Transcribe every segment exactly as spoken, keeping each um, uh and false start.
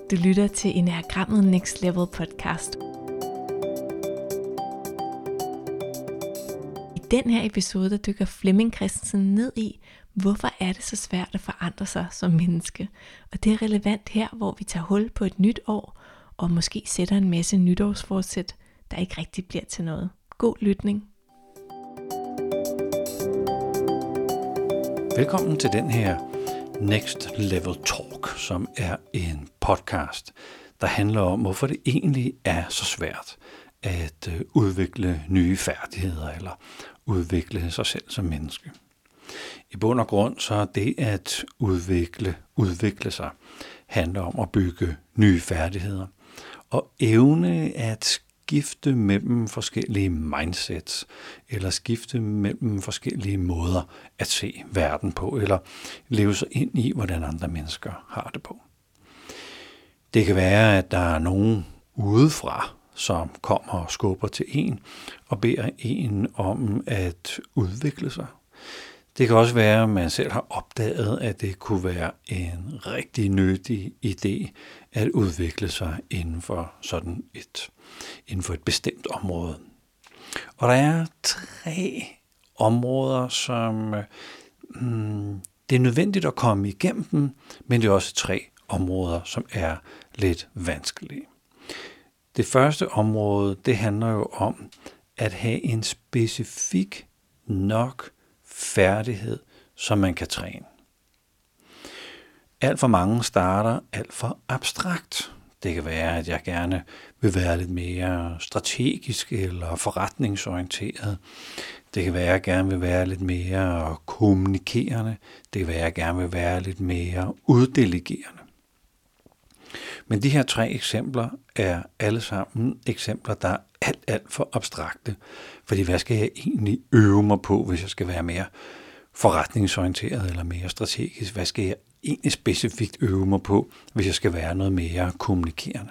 Du lytter til Enneagrammet Next Level podcast. I den her episode, der dykker Flemming Christensen ned i, hvorfor er det så svært at forandre sig som menneske. Og det er relevant her, hvor vi tager hul på et nyt år, og måske sætter en masse nytårsforsæt, der ikke rigtig bliver til noget. God lytning. Velkommen til den her Next Level Talk, som er en podcast, der handler om, hvorfor det egentlig er så svært at udvikle nye færdigheder eller udvikle sig selv som menneske. I bund og grund så er det at udvikle, udvikle sig handler om at bygge nye færdigheder og evne at skifte mellem forskellige mindsets, eller skifte mellem forskellige måder at se verden på, eller leve sig ind i, hvordan andre mennesker har det på. Det kan være, at der er nogen udefra, som kommer og skubber til en, og beder en om at udvikle sig. Det kan også være, at man selv har opdaget, at det kunne være en rigtig nyttig idé at udvikle sig inden for sådan et, inden for et bestemt område. Og der er tre områder, som hmm, det er nødvendigt at komme igennem dem, men det er også tre områder, som er lidt vanskelige. Det første område, det handler jo om at have en specifik nok færdighed, som man kan træne. Alt for mange starter alt for abstrakt. Det kan være, at jeg gerne vil være lidt mere strategisk eller forretningsorienteret. Det kan være, at jeg gerne vil være lidt mere kommunikerende. Det kan være, at jeg gerne vil være lidt mere uddelegerende. Men de her tre eksempler er alle sammen eksempler, der er alt, alt for abstrakte. Fordi hvad skal jeg egentlig øve mig på, hvis jeg skal være mere forretningsorienteret eller mere strategisk? Hvad skal jeg egentlig specifikt øve mig på, hvis jeg skal være noget mere kommunikerende?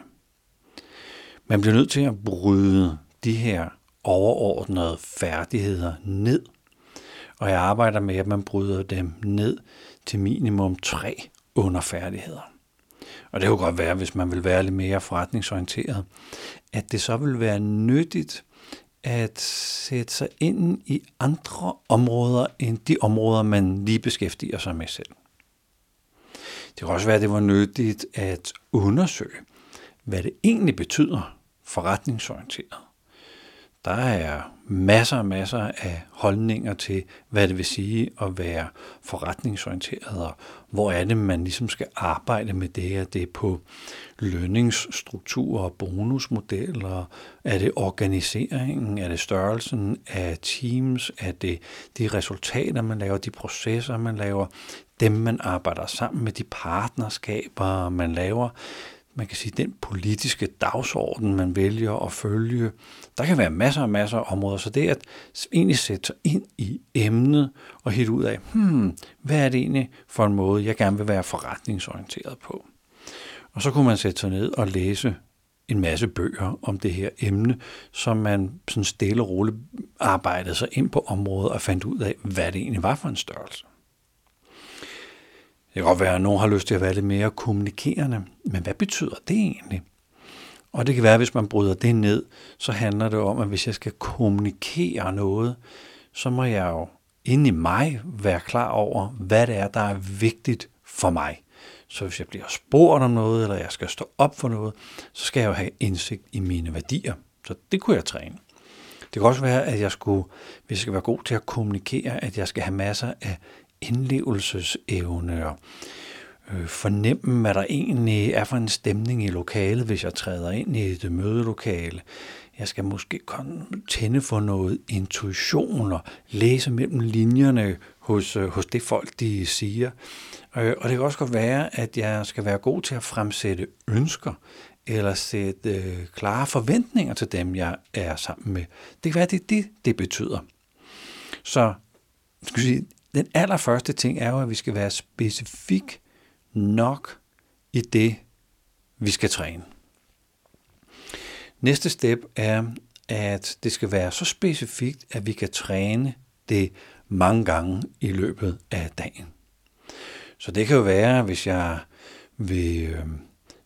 Man bliver nødt til at bryde de her overordnede færdigheder ned. Og jeg arbejder med, at man bryder dem ned til minimum tre underfærdigheder. Og det kunne godt være, hvis man vil være lidt mere forretningsorienteret, at det så vil være nyttigt at sætte sig ind i andre områder end de områder, man lige beskæftiger sig med selv. Det kan også være, at det var nyttigt at undersøge, hvad det egentlig betyder forretningsorienteret. Der er masser og masser af holdninger til, hvad det vil sige at være forretningsorienteret, og hvor er det, man ligesom skal arbejde med det. Er det på lønningsstrukturer og bonusmodeller? Er det organiseringen? Er det størrelsen af teams? Er det de resultater, man laver, de processer, man laver, dem, man arbejder sammen med, de partnerskaber, man laver? Man kan sige, den politiske dagsorden, man vælger at følge. Der kan være masser og masser af områder, så det at egentlig sætte sig ind i emnet og helt ud af, hmm, hvad er det egentlig for en måde, jeg gerne vil være forretningsorienteret på. Og så kunne man sætte sig ned og læse en masse bøger om det her emne, så man sådan stille og roligt arbejdede sig ind på området og fandt ud af, hvad det egentlig var for en størrelse. Det kan godt være, at nogen har lyst til at være lidt mere kommunikerende, men hvad betyder det egentlig? Og det kan være, at hvis man bryder det ned, så handler det om, at hvis jeg skal kommunikere noget, så må jeg jo inde i mig være klar over, hvad det er, der er vigtigt for mig. Så hvis jeg bliver spurgt om noget, eller jeg skal stå op for noget, så skal jeg jo have indsigt i mine værdier. Så det kunne jeg træne. Det kan også være, at jeg skulle, hvis jeg skal være god til at kommunikere, at jeg skal have masser af indlevelsesevne og øh, fornemme, hvad der egentlig er for en stemning i lokalet, hvis jeg træder ind i et mødelokale. Jeg skal måske tænde for noget intuition og læse mellem linjerne hos, øh, hos det folk, de siger. Øh, og det kan også godt være, at jeg skal være god til at fremsætte ønsker eller sætte øh, klare forventninger til dem, jeg er sammen med. Det kan være, at det er det, det betyder. Så skal sige, den allerførste ting er jo, at vi skal være specifik nok i det, vi skal træne. Næste step er, at det skal være så specifikt, at vi kan træne det mange gange i løbet af dagen. Så det kan jo være, hvis jeg vil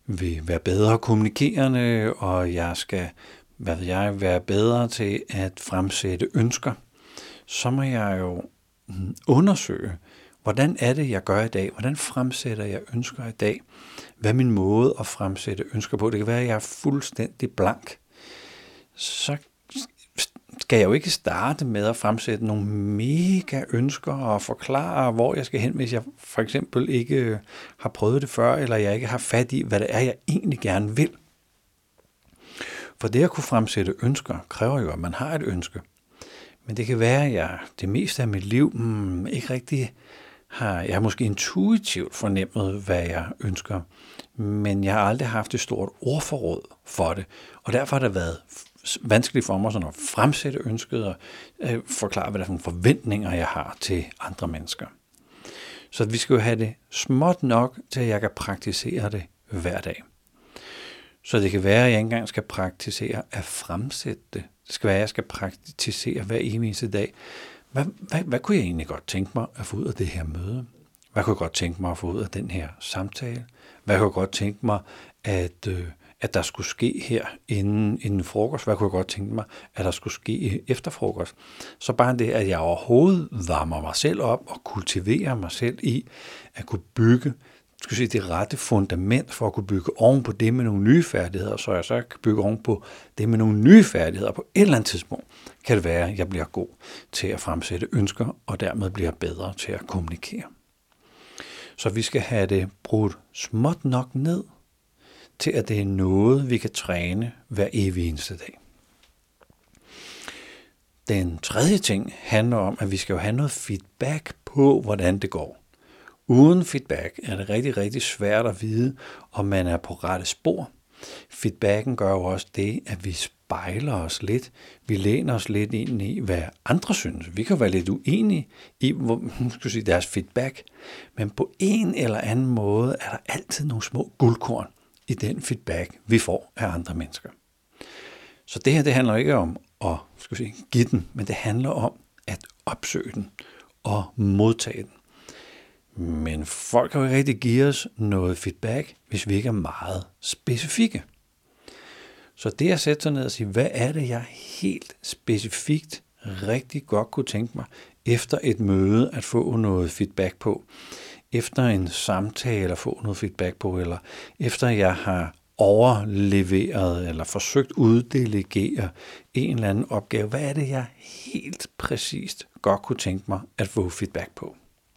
vil være bedre kommunikerende, og jeg skal, hvad ved jeg, være bedre til at fremsætte ønsker, så må jeg jo undersøge, hvordan er det, jeg gør i dag? Hvordan fremsætter jeg ønsker i dag? Hvad er min måde at fremsætte ønsker på? Det kan være, at jeg er fuldstændig blank. Så skal jeg jo ikke starte med at fremsætte nogle mega ønsker og forklare, hvor jeg skal hen, hvis jeg for eksempel ikke har prøvet det før, eller jeg ikke har fat i, hvad det er, jeg egentlig gerne vil. For det at kunne fremsætte ønsker, kræver jo, at man har et ønske. Men det kan være, at jeg det meste af mit liv hmm, ikke rigtig har, jeg har måske intuitivt fornemmet, hvad jeg ønsker, men jeg har aldrig haft et stort ordforråd for det, og derfor har det været vanskeligt for mig sådan at fremsætte ønsket og øh, forklare, hvad der er for nogle forventninger, jeg har til andre mennesker. Så vi skal jo have det småt nok, til at jeg kan praktisere det hver dag. Så det kan være, at jeg ikke engang skal praktisere at fremsætte det. Det skal være, at jeg skal praktisere hver eneste dag. Hvad, hvad, hvad kunne jeg egentlig godt tænke mig at få ud af det her møde? Hvad kunne jeg godt tænke mig at få ud af den her samtale? Hvad kunne jeg godt tænke mig, at, øh, at der skulle ske her inden, inden frokost? Hvad kunne jeg godt tænke mig, at der skulle ske efter frokost? Så bare det, at jeg overhovedet varmer mig selv op og kultiverer mig selv i at kunne bygge skal sige, det rette fundament for at kunne bygge oven på det med nogle nye færdigheder, så jeg så kan bygge oven på det med nogle nye færdigheder. På et eller andet tidspunkt kan det være, at jeg bliver god til at fremsætte ønsker, og dermed bliver bedre til at kommunikere. Så vi skal have det brudt småt nok ned, til at det er noget, vi kan træne hver evig eneste dag. Den tredje ting handler om, at vi skal jo have noget feedback på, hvordan det går. Uden feedback er det rigtig, rigtig svært at vide, om man er på rette spor. Feedbacken gør jo også det, at vi spejler os lidt. Vi læner os lidt ind i, hvad andre synes. Vi kan være lidt uenige i hvor, skal sige, deres feedback, men på en eller anden måde er der altid nogle små guldkorn i den feedback, vi får af andre mennesker. Så det her, det handler ikke om at skal sige, give den, men det handler om at opsøge den og modtage den. Men folk kan jo ikke rigtig give os noget feedback, hvis vi ikke er meget specifikke. Så det at sætte sig ned og sige, hvad er det, jeg helt specifikt rigtig godt kunne tænke mig, efter et møde at få noget feedback på, efter en samtale at få noget feedback på, eller efter jeg har overleveret eller forsøgt uddelegere en eller anden opgave, hvad er det, jeg helt præcist godt kunne tænke mig at få feedback på?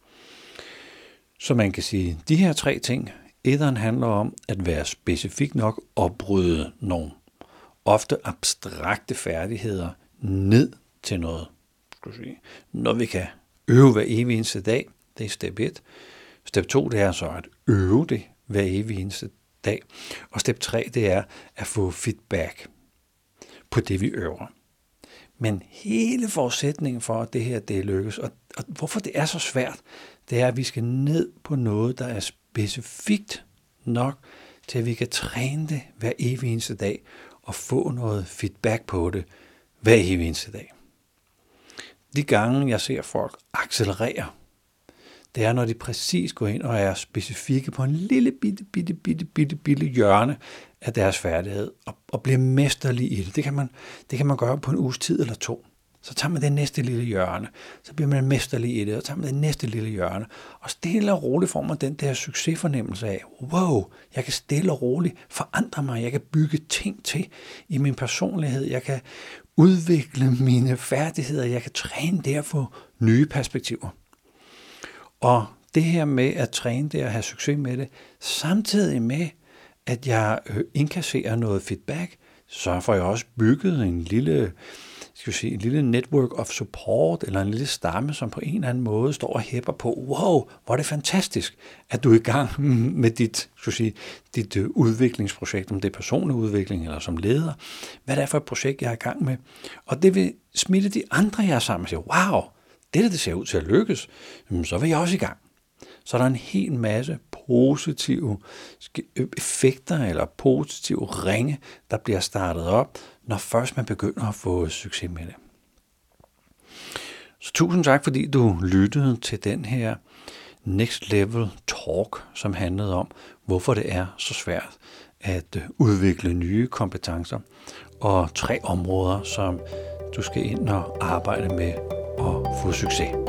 Så man kan sige, de her tre ting, etteren handler om at være specifik nok og bryde nogle ofte abstrakte færdigheder ned til noget, skal jeg sige, noget vi kan øve hver evig eneste dag. Det er step et. Step to, det er så at øve det hver evig eneste dag. Og step tre, det er at få feedback på det, vi øver. Men hele forudsætningen for, at det her det lykkes, og, og hvorfor det er så svært, det er, at vi skal ned på noget, der er specifikt nok, til at vi kan træne det hver evig eneste dag, og få noget feedback på det hver evig eneste dag. De gange, jeg ser folk accelerere, det er, når de præcis går ind og er specifikke på en lille bitte, bitte, bitte, bitte, bitte hjørne af deres færdighed, og, og bliver mesterlige i det. Det kan man, det kan man gøre på en uges tid eller to. Så tager man det næste lille hjørne, så bliver man mesterlig i det, og tager man det næste lille hjørne, og stille og roligt får man den der succesfornemmelse af, wow, jeg kan stille og roligt forandre mig, jeg kan bygge ting til i min personlighed, jeg kan udvikle mine færdigheder, jeg kan træne det at få nye perspektiver. Og det her med at træne det og have succes med det, samtidig med, at jeg indkasserer noget feedback, så får jeg også bygget en lille, skal vi sige, en lille network of support, eller en lille stamme, som på en eller anden måde står og hæpper på, wow, hvor er det fantastisk, at du er i gang med dit, skal vi sige, dit udviklingsprojekt, om det er personlig udvikling eller som leder, hvad det er for et projekt, jeg er i gang med. Og det vil smitte de andre, jeg er sammen med, og sige, wow, det der det ser ud til at lykkes, så vil jeg også i gang. Så er der en hel masse positive effekter eller positive ringe, der bliver startet op, når først man begynder at få succes med det. Så tusind tak, fordi du lyttede til den her Next Level Talk, som handlede om, hvorfor det er så svært at udvikle nye kompetencer, og tre områder, som du skal ind og arbejde med og få succes.